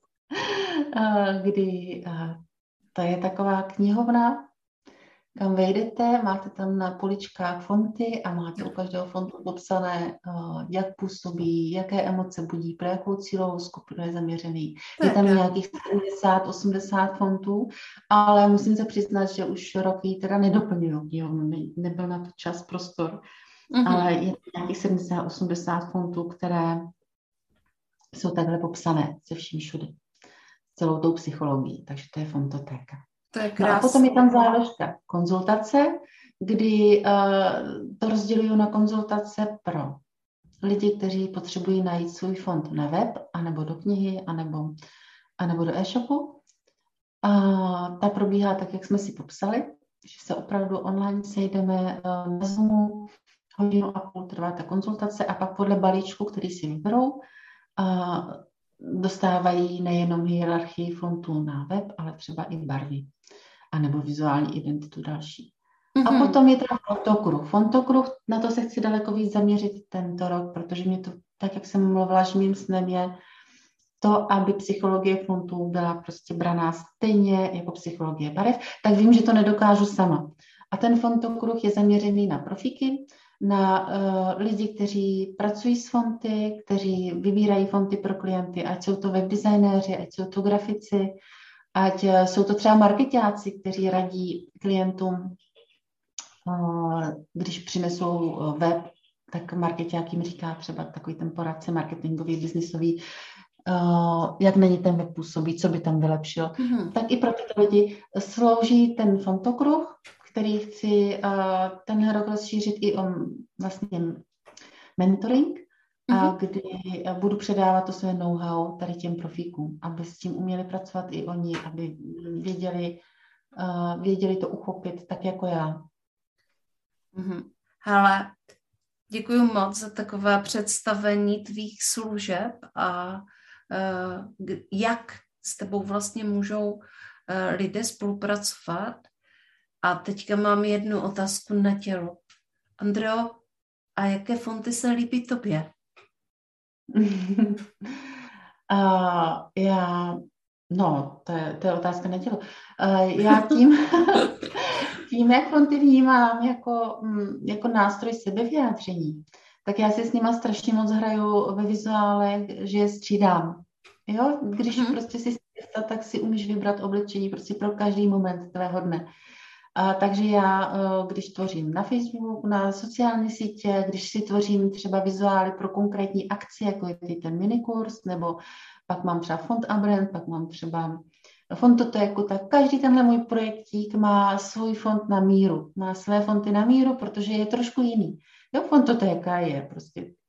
kdy to je taková knihovna, kam vejdete, máte tam na poličkách fonty a máte u každého fontu popsané, jak působí, jaké emoce budí, pro jakou cílovou skupinu je zaměřený. Je tam nějakých sedmdesát osmdesát fontů, ale musím se přiznat, že už roky teda nedoplňuju knihovnu, nebyl na to čas, prostor, mm-hmm. ale je nějakých sedmdesát osmdesát fontů, které jsou takhle popsané se vším všude. Celou tou psychologií, takže to je fontotéka. To je no a potom je tam záložka konzultace, kdy uh, to rozděluju na konzultace pro lidi, kteří potřebují najít svůj fond na web, anebo do knihy, anebo, anebo do e-shopu. A ta probíhá tak, jak jsme si popsali, že se opravdu online sejdeme uh, na Zoomu, hodinu a půl trvá ta konzultace a pak podle balíčku, který si vyberou, uh, dostávají nejenom hierarchii fontů na web, ale třeba i barvy, anebo vizuální identitu další. Mm-hmm. A potom je tam fontokruh. Fontokruh, na to se chci daleko víc zaměřit tento rok, protože mě to, tak jak jsem mluvila, že mým snem je to, aby psychologie fontů byla prostě braná stejně jako psychologie barev, tak vím, že to nedokážu sama. A ten fontokruh je zaměřený na profíky, na uh, lidi, kteří pracují s fonty, kteří vybírají fonty pro klienty, ať jsou to webdesignéři, ať jsou to grafici, ať uh, jsou to třeba marketáci, kteří radí klientům, uh, když přinesou uh, web, tak marketák jim říká třeba takový ten poradce marketingový, biznisový, uh, jak na ně ten web působí, co by tam vylepšil. Mm-hmm. Tak i pro tyto lidi slouží ten fontokruh, který chci uh, tenhle rok rozšířit i o vlastně mentoring, mm-hmm. a kdy budu předávat to své know-how tady těm profíkům, aby s tím uměli pracovat i oni, aby věděli, uh, věděli to uchopit tak jako já. Mm-hmm. Hele, děkuji moc za takové představení tvých služeb a uh, jak s tebou vlastně můžou uh, lidé spolupracovat. A teďka mám jednu otázku na tělo. Andreo, a jaké fonty se líbí tobě? uh, já, no, to je, to je otázka na tělo. Uh, já tím, tím, jak fonty vnímám jako, jako nástroj sebevyjádření, tak já si s nima strašně moc hraju ve vizuálech, že je střídám. Jo? Když hmm. prostě si střídá, tak si umíš vybrat oblečení prostě pro každý moment tvého dne. A takže já, když tvořím na Facebook, na sociální sítě, když si tvořím třeba vizuály pro konkrétní akci, jako je ten minikurs, nebo pak mám třeba fond a brand, pak mám třeba fontotéku, tak každý tenhle můj projektík má svůj fond na míru, má své fonty na míru, protože je trošku jiný. Jo, fontotéka je prostě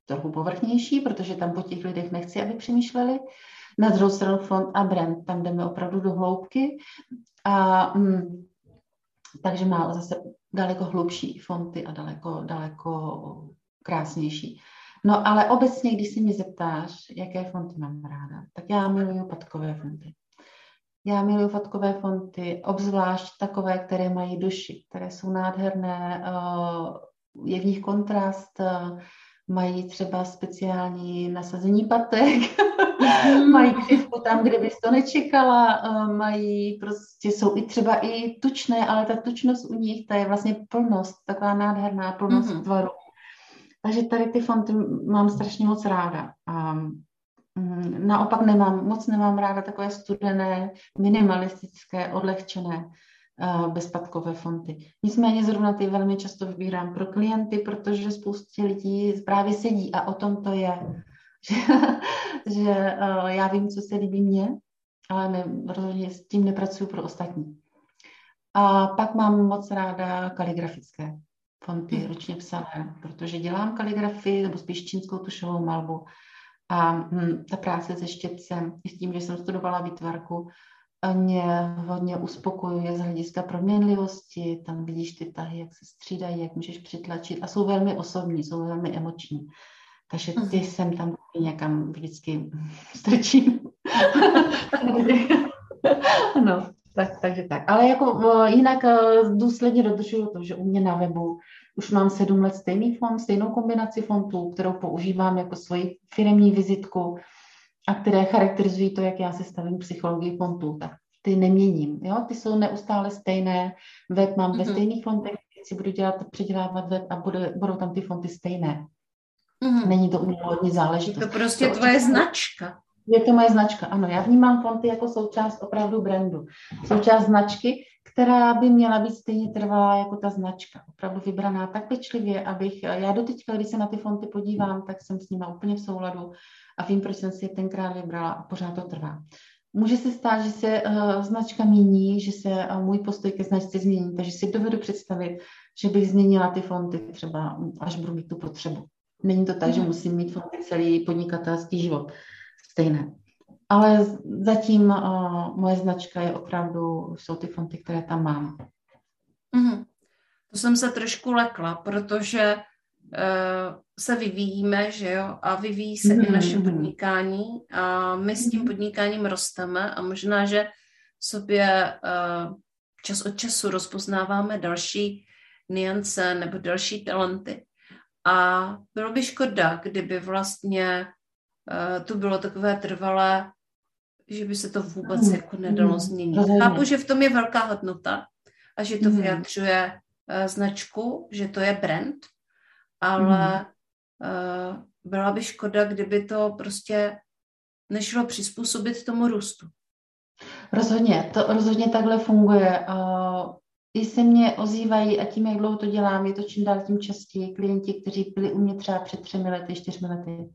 trochu povrchnější, protože tam po těch lidech nechci, aby přemýšleli. Na druhou stranu fond a brand, tam jdeme opravdu do hloubky. A, mm, takže má zase daleko hlubší fonty a daleko, daleko krásnější. No ale obecně, když si mě zeptáš, jaké fonty mám ráda, tak já miluju patkové fonty. Já miluju fatkové fonty, obzvlášť takové, které mají duši, které jsou nádherné, je v nich kontrast, mají třeba speciální nasazení patek, mm. mají křivku tam, kde bys to nečekala, mají prostě, jsou i třeba i tučné, ale ta tučnost u nich, ta je vlastně plnost, taková nádherná plnost mm. tvaru. Takže tady ty fonty mám strašně moc ráda. Naopak nemám, moc nemám ráda takové studené, minimalistické, odlehčené, bezpatkové fonty. Nicméně zrovna ty velmi často vybírám pro klienty, protože spoustě lidí právě sedí a o tom to je. Že, že já vím, co se líbí mně, ale ne, rozhodně s tím nepracuju pro ostatní. A pak mám moc ráda kaligrafické fonty, ručně psané, protože dělám kaligrafii, nebo spíš čínskou tušovou malbu. A hm, ta práce se štětcem, i s tím, že jsem studovala výtvarku, mě hodně uspokojuje z hlediska proměnlivosti. Tam vidíš ty tahy, jak se střídají, jak můžeš přitlačit a jsou velmi osobní, jsou velmi emoční. Takže ty mm. jsem tam někam vždycky strčím. No, tak, takže tak. Ale jako jinak důsledně dodržuju to, že u mě na webu už mám sedm let stejný fond, stejnou kombinaci fontů, kterou používám jako svoji firemní vizitku a které charakterizují to, jak já se stavím psychologii fontů. Tak ty neměním. Jo? Ty jsou neustále stejné. Web mám mm-hmm. ve stejných fontech, si budu dělat, předělávat web a bude, budou tam ty fonty stejné. Mm-hmm. Není to umělodní záležitost. Je to prostě to tvoje očekávám. Značka. Je to moje značka, ano. Já vnímám fonty jako součást opravdu brandu. Součást značky, která by měla být stejně trvalá jako ta značka. Opravdu vybraná tak pečlivě, abych, já doteďka, když se na ty fonty podívám, tak jsem s nimi úplně v souladu a vím, proč jsem si je tenkrát vybrala a pořád to trvá. Může se stát, že se uh, značka mění, že se uh, můj postoj ke značce změní, takže si dovedu představit, že bych změnila ty fonty třeba, až budu mít tu potřebu. Není to tak, mm. že musím mít fonty celý podnikatelský život stejné. Ale zatím uh, moje značka je opravdu, jsou ty fonty, které tam mám. Mm. To jsem se trošku lekla, protože uh, se vyvíjíme, že jo, a vyvíjí se mm. i naše podnikání a my s tím podnikáním rosteme a možná, že sobě uh, čas od času rozpoznáváme další niance nebo další talenty. A bylo by škoda, kdyby vlastně uh, to bylo takové trvalé, že by se to vůbec mm. jako nedalo změnit. Mm. Chápu, že v tom je velká hodnota a že to mm. vyjadřuje uh, značku, že to je brand, ale mm. uh, byla by škoda, kdyby to prostě nešlo přizpůsobit tomu růstu. Rozhodně, to rozhodně takhle funguje. Uh, I se mě ozývají a tím, jak dlouho to dělám, je to čím dál tím častěji klienti, kteří byli u mě třeba před třemi lety, čtyřmi lety.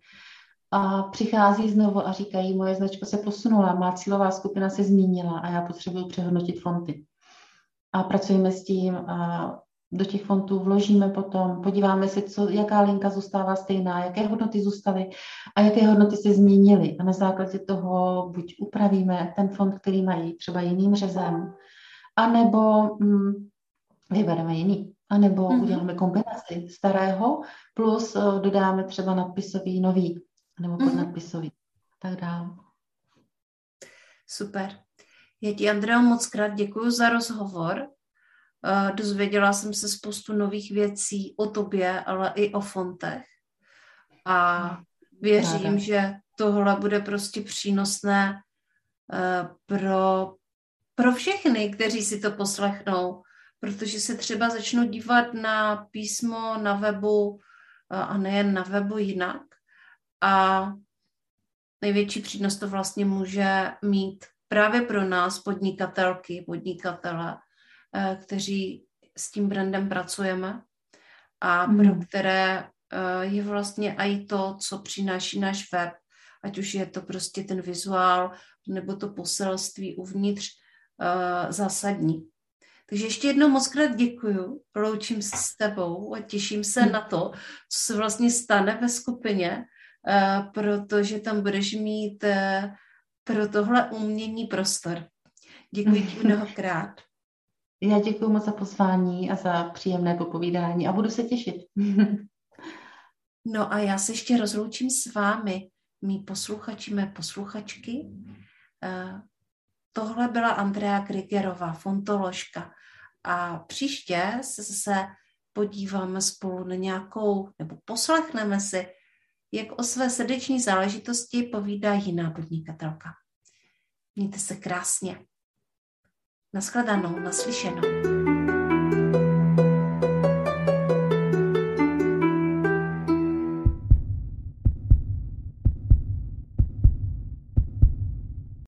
A přichází znovu a říkají, moje značka se posunula, má cílová skupina se změnila a já potřebuji přehodnotit fonty. A pracujeme s tím a do těch fontů vložíme potom, podíváme se, co, jaká linka zůstává stejná, jaké hodnoty zůstaly a jaké hodnoty se změnily. A na základě toho buď upravíme ten font, který mají třeba jiným řezem, anebo hm, vybereme jiný, anebo mm-hmm. uděláme kombinaci starého plus uh, dodáme třeba nadpisový nový, nebo podnadpisový, mm-hmm. tak dále. Super. Já ti, Andreo, moc krát děkuji za rozhovor. Uh, dozvěděla jsem se spoustu nových věcí o tobě, ale i o fontech. A věřím, Ráda. že tohle bude prostě přínosné uh, pro, pro všechny, kteří si to poslechnou, protože se třeba začnou dívat na písmo na webu uh, a nejen na webu jinak. A největší přínos to vlastně může mít právě pro nás, podnikatelky, podnikatele, kteří s tím brandem pracujeme a mm. pro které je vlastně i to, co přináší náš web, ať už je to prostě ten vizuál nebo to poselství uvnitř zásadní. Takže ještě jednou moc krát děkuju, loučím se s tebou a těším se na to, co se vlastně stane ve skupině, protože tam budeš mít pro tohle umění prostor. Děkuji ti mnohokrát. Já děkuji moc za pozvání a za příjemné popovídání a budu se těšit. No a já se ještě rozloučím s vámi, mý posluchači, mé posluchačky. Tohle byla Andrea Grigerová, fontoložka. A příště se zase podíváme spolu na nějakou, nebo poslechneme si, jak o své srdeční záležitosti povídá jiná podnikatelka. Mějte se krásně. Nashledanou, naslyšenou.